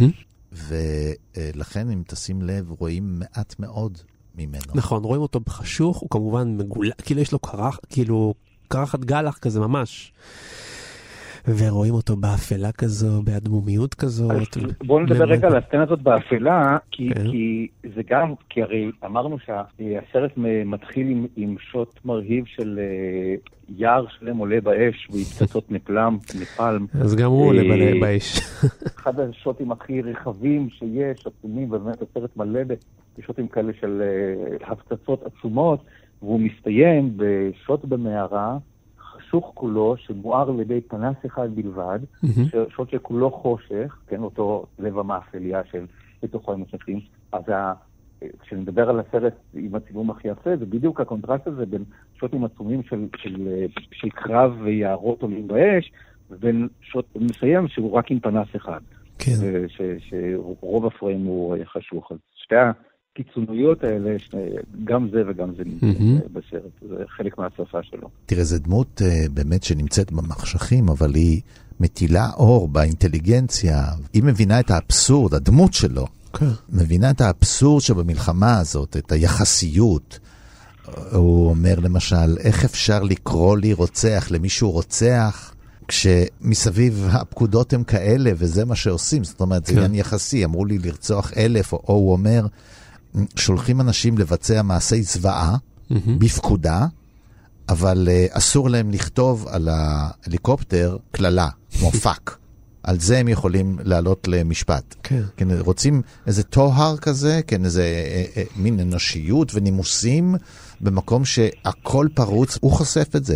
ולכן אם תשים לב, רואים מעט מאוד ממנו. נכון, רואים אותו בחשוך, הוא כמובן מגולה, כאילו יש לו קרחת גלח כזה ממש. ורואים אותו באפלה כזו, באדמומיות כזאת. בואו נדבר רגע על הסצנה הזאת באפלה, כי זה גם, כי הרי אמרנו שהסרט מתחיל עם שוט מרהיב של יער שלם עולה באש, והפצצות נפלם. אז גם הוא עולה באש. אחד השוטים הכי רחבים שיש, עצומים, ובאמת הסרט מלא בשוטים כאלה של הפצצות עצומות, והוא מסתיים בשוט במערה, חשוך כולו, שמואר על ידי פנס אחד בלבד, שוט שכולו חושך, כן, אותו לב המאפליה של בתוכו הם משתפים. אז כשנדבר על הסרט עם הצילום הכי יפה, זה בדיוק הקונטרסט הזה בין שוטים עצומים של קרב ויערות עולים באש, ובין שוט מסיים שהוא רק עם פנס אחד. כן. שרוב הפריים הוא חשוך. אז שתי הקיצוניות האלה, גם זה וגם זה נמצא בסרט. זה חלק מהשפה שלו. תראה, זו דמות באמת שנמצאת במחשכים, אבל היא מטילה אור באינטליגנציה. היא מבינה את האבסורד, הדמות שלו. מבינה את האבסורד שבמלחמה הזאת, את היחסיות. הוא אומר למשל, איך אפשר לקרוא לי רוצח למישהו רוצח, כשמסביב הפקודות הם כאלה, וזה מה שעושים. זאת אומרת, זה עניין יחסי. אמרו לי לרצוח 1,000, או הוא אומר, שולחים אנשים לבצע מעשי זוועה, בפקודה, אבל אסור להם לכתוב על ההליקופטר כללה, כמו פאק. על זה הם יכולים לעלות למשפט. כן. כן, רוצים איזה תוהר כזה, כן, איזה מין אנושיות ונימוסים, במקום שהכל פרוץ, הוא חושף את זה.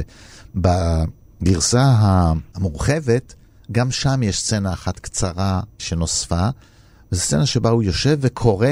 בגרסה המורחבת, גם שם יש סצנה אחת קצרה שנוספה, וזו סצנה שבה הוא יושב וקורא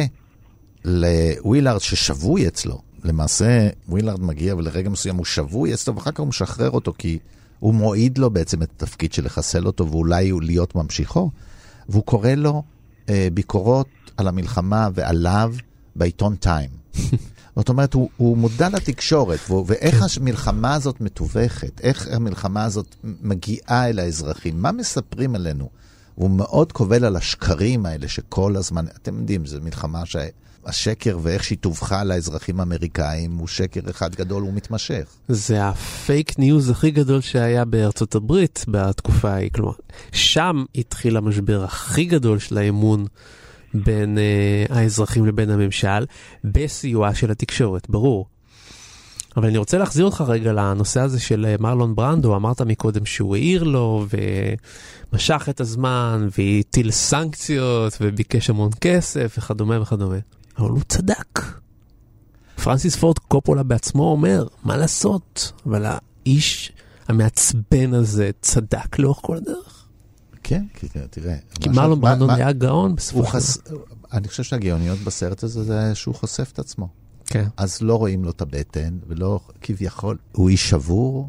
לווילארד ששבוי אצלו. למעשה, ווילארד מגיע ולרגע מסוים הוא שבוי אצלו, ואחר כך הוא משחרר אותו, כי הוא מועיד לו בעצם את התפקיד של לחסל אותו, ואולי הוא להיות ממשיכו, והוא קורא לו ביקורות על המלחמה ועליו בעיתון טיים. זאת אומרת, הוא מודע לתקשורת, ואיך המלחמה הזאת מתווכת, איך המלחמה הזאת מגיעה אל האזרחים, מה מספרים עלינו? הוא מאוד קובל על השקרים האלה שכל הזמן, אתם יודעים, זו מלחמה שהשקר ואיך שהיא תובחה לאזרחים האמריקאים, הוא שקר אחד גדול, הוא מתמשך. זה הפייק ניוז הכי גדול שהיה בארצות הברית בתקופה ההיא, כלומר, שם התחיל המשבר הכי גדול של האמון בין האזרחים לבין הממשל, בסיועה של התקשורת, ברור. אבל אני רוצה להחזיר אותך רגע לנושא הזה של מרלון ברנדו, אמרת מקודם שהוא העיר לו ומשך את הזמן והטיל סנקציות וביקש המון כסף וכדומה וכדומה. אבל הוא צדק. פרנסיס פורד קופולה בעצמו אומר, מה לעשות? אבל האיש המעצבן הזה צדק לאורך כל הדרך. כן, תראה. כי מרלון ברנדו היה גאון בסופו של דבר. אני חושב שהגאוניות בסרט הזה זה שהוא חושף את עצמו. כן. אז לא רואים לו את הבטן, ולא כביכול. הוא איש שבור.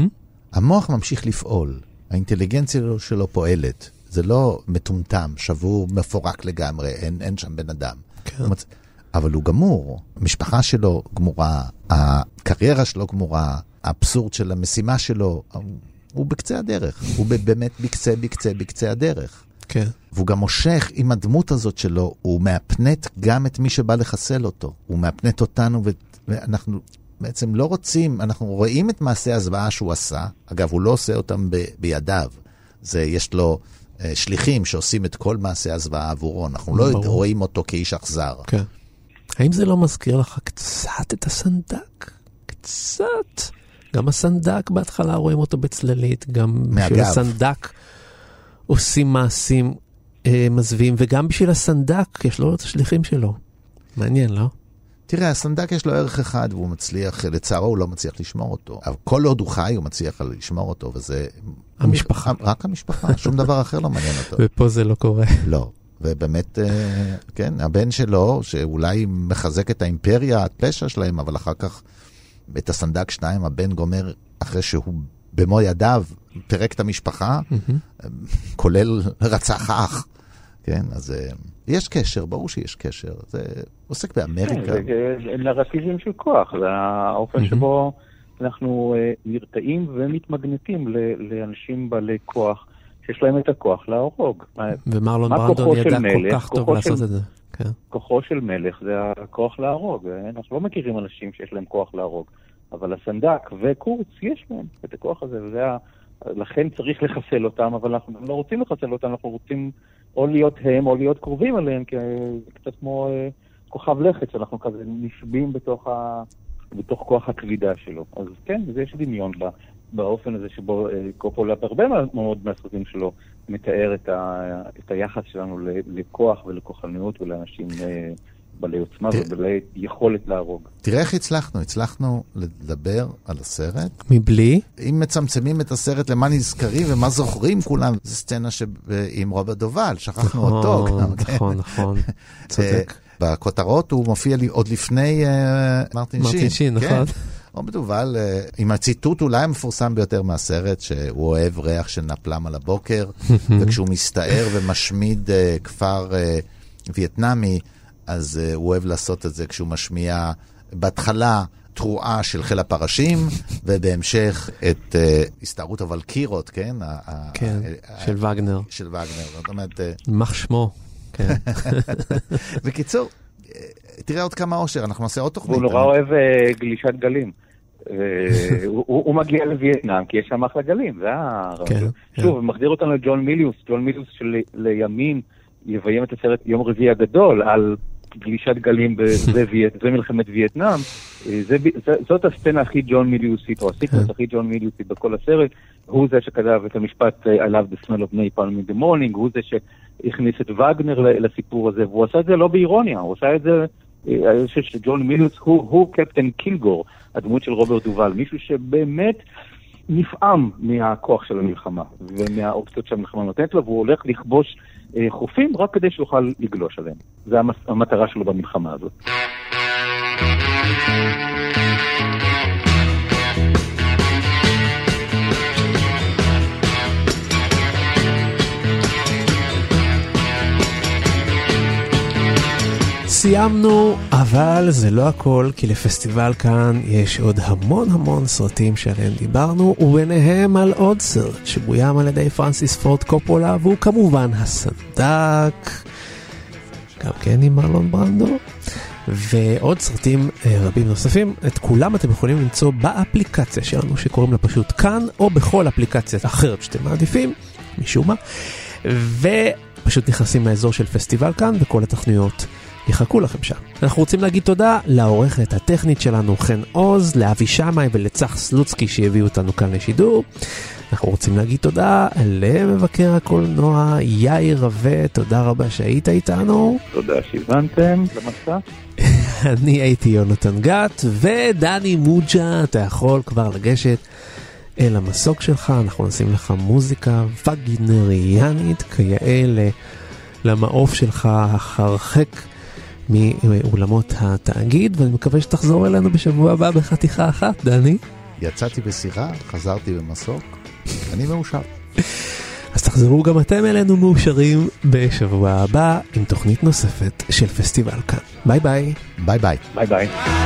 המוח ממשיך לפעול. האינטליגנציה שלו פועלת. זה לא מטומטם, שבור, מפורק לגמרי, אין שם בן אדם. כן. אבל הוא גמור. המשפחה שלו גמורה, הקריירה שלו גמורה, האבסורד של המשימה שלו, הוא בקצה הדרך. הוא באמת בקצה הדרך. כן. והוא גם מושך עם הדמות הזאת שלו, הוא מאפנט גם את מי שבא לחסל אותו. הוא מאפנט אותנו, ואנחנו בעצם לא רוצים, אנחנו רואים את מעשה הזוועה שהוא עשה, אגב, הוא לא עושה אותם בידיו. יש לו שליחים שעושים את כל מעשה הזוועה עבורו, אנחנו לא רואים אותו כאיש אכזר. כן. האם זה לא מזכיר לך קצת את הסנדק? קצת. גם הסנדק בהתחלה רואים אותו בצללית, גם בשביל הסנדק עושים מעשים מזווים, וגם בשביל הסנדק יש לו את השליחים שלו. מעניין, לא? תראה, הסנדק יש לו ערך אחד, והוא מצליח, לצערו הוא לא מצליח לשמור אותו. אבל כל עוד הוא חי, הוא מצליח לשמור אותו, וזה... המשפחה. רק המשפחה, שום דבר אחר לא מעניין אותו. ופה זה לא קורה. לא. ובאמת, כן, הבן שלו, שאולי מחזק את האימפריה, הפשע שלהם, אבל אחר כך, את הסנדק 2, הבן גומר, אחרי שהוא במו ידיו, פרק את המשפחה, כולל רצח אח. כן, אז יש קשר, ברור שיש קשר. זה עוסק באמריקה. זה נרטיבים של כוח, זה האופן שבו אנחנו נרתעים ומתמגנטים לאנשים בעלי כוח, שיש להם את הכוח להרוג. ומרלון ברנדו ידע כל כך טוב לעשות את זה. כוחו של מלך זה הכוח להרוג. אנחנו לא מכירים אנשים שיש להם כוח להרוג, אבל הסנדק וקורץ יש להם את הכוח הזה, לכן צריך לחסל אותם, אבל אנחנו לא רוצים לחסל אותם, אנחנו רוצים או להיות הם או להיות קרובים עליהם, כי זה קצת כמו כוכב לכת, שאנחנו כזה נשבים בתוך כוח הכבידה שלו. אז כן, יש דמיון באופן הזה שבו קופולה בהרבה מאוד מהסרטים שלו מתאר את היחס שלנו לכוח ולכוחניות ולאנשים בעלי עוצמה ובעלי יכולת להרוג. תראה איך הצלחנו לדבר על הסרט. מבלי? אם מצמצמים את הסרט למה נזכרים ומה זוכרים כולם, זו סצנה עם רוברט דובל, שכחנו אותו. נכון, צודק. בכותרות הוא מופיע לי עוד לפני מרטין שין. נכון. רוברט דובל, עם הציטוט אולי המפורסם ביותר מהסרט, שהוא אוהב ריח של נפלם על הבוקר, וכשהוא מסתער ומשמיד כפר וייטנאמי, אז הוא אוהב לעשות את זה כשהוא משמיע בהתחלה תרועה של חיל הפרשים, ובהמשך את הסתערות הוולקירות, כן? כן, של וגנר. של וגנר, זאת אומרת... מח שמו, כן. בקיצור, תראה עוד כמה אושר, אנחנו נעשה עוד תוכנית. הוא נורא אוהב גלישת גלים. הוא מגיע לווייטנאם, כי יש שם אחלה גלים, זה הרעיון. שוב, הוא מחזיר אותנו לג'ון מיליוס, ג'ון מיליוס שלימים יביים את הסרט יום רביעי הגדול, על גלישת גלים במלחמת וייטנאם, זאת הסצנה הכי ג'ון מיליוסית, או הסיקוס הכי ג'ון מיליוסית בכל הסרט. הוא זה שכתב את המשפט I love the smell of napalm in the morning, הוא זה שהכניס את וגנר לסיפור הזה, והוא עשה את זה לא באירוניה, הוא עשה את זה, אני חושב שג'ון מיליוס הוא קפטן קילגור, הדמות של רוברט דובל, מישהו שבאמת נפעם מהכוח של המלחמה, ומהאופציות שהמלחמה נותנת לו, והוא הולך לכבוש חופים רק כדי שיוכל לגלוש עליהם. זה המטרה שלו במלחמה הזאת. סיימנו, אבל זה לא הכל, כי לפסטיבל כאן יש עוד המון סרטים שעליהם דיברנו, וביניהם על עוד סרט שבוים על ידי פרנסיס פורד קופולה, והוא כמובן הסנדק, גם כן עם מרלון ברנדו, ועוד סרטים רבים נוספים. את כולם אתם יכולים למצוא באפליקציה שלנו שקוראים לה פשוט כאן, או בכל אפליקציה אחרת שאתם מעדיפים, משום מה, ופשוט נכנסים לאזור של פסטיבל כאן, וכל התכניות יחכו לכם שם. אנחנו רוצים להגיד תודה לעורכת הטכנית שלנו חן עוז, לאבי שמאי ולצח סלוצקי שהביאו אותנו כאן לשידור. אנחנו רוצים להגיד תודה למבקר הקולנוע יאיר רווה, תודה רבה שהיית איתנו. תודה שהזמנתם למסע. אני הייתי יונתן גת, ודני מוג'ה, אתה יכול כבר לגשת אל המסוק שלך, אנחנו נשים לך מוזיקה וגנריאנית כיאה למעוף שלך החרחק מאולמות התאגיד, ואני מקווה שתחזור אלינו בשבוע הבא בחתיכה אחת, דני. יצאתי בשיחה, חזרתי במסוק, אני מאושר. אז תחזרו גם אתם אלינו מאושרים בשבוע הבא עם תוכנית נוספת של פסטיבל כאן. ביי ביי. ביי ביי. ביי ביי.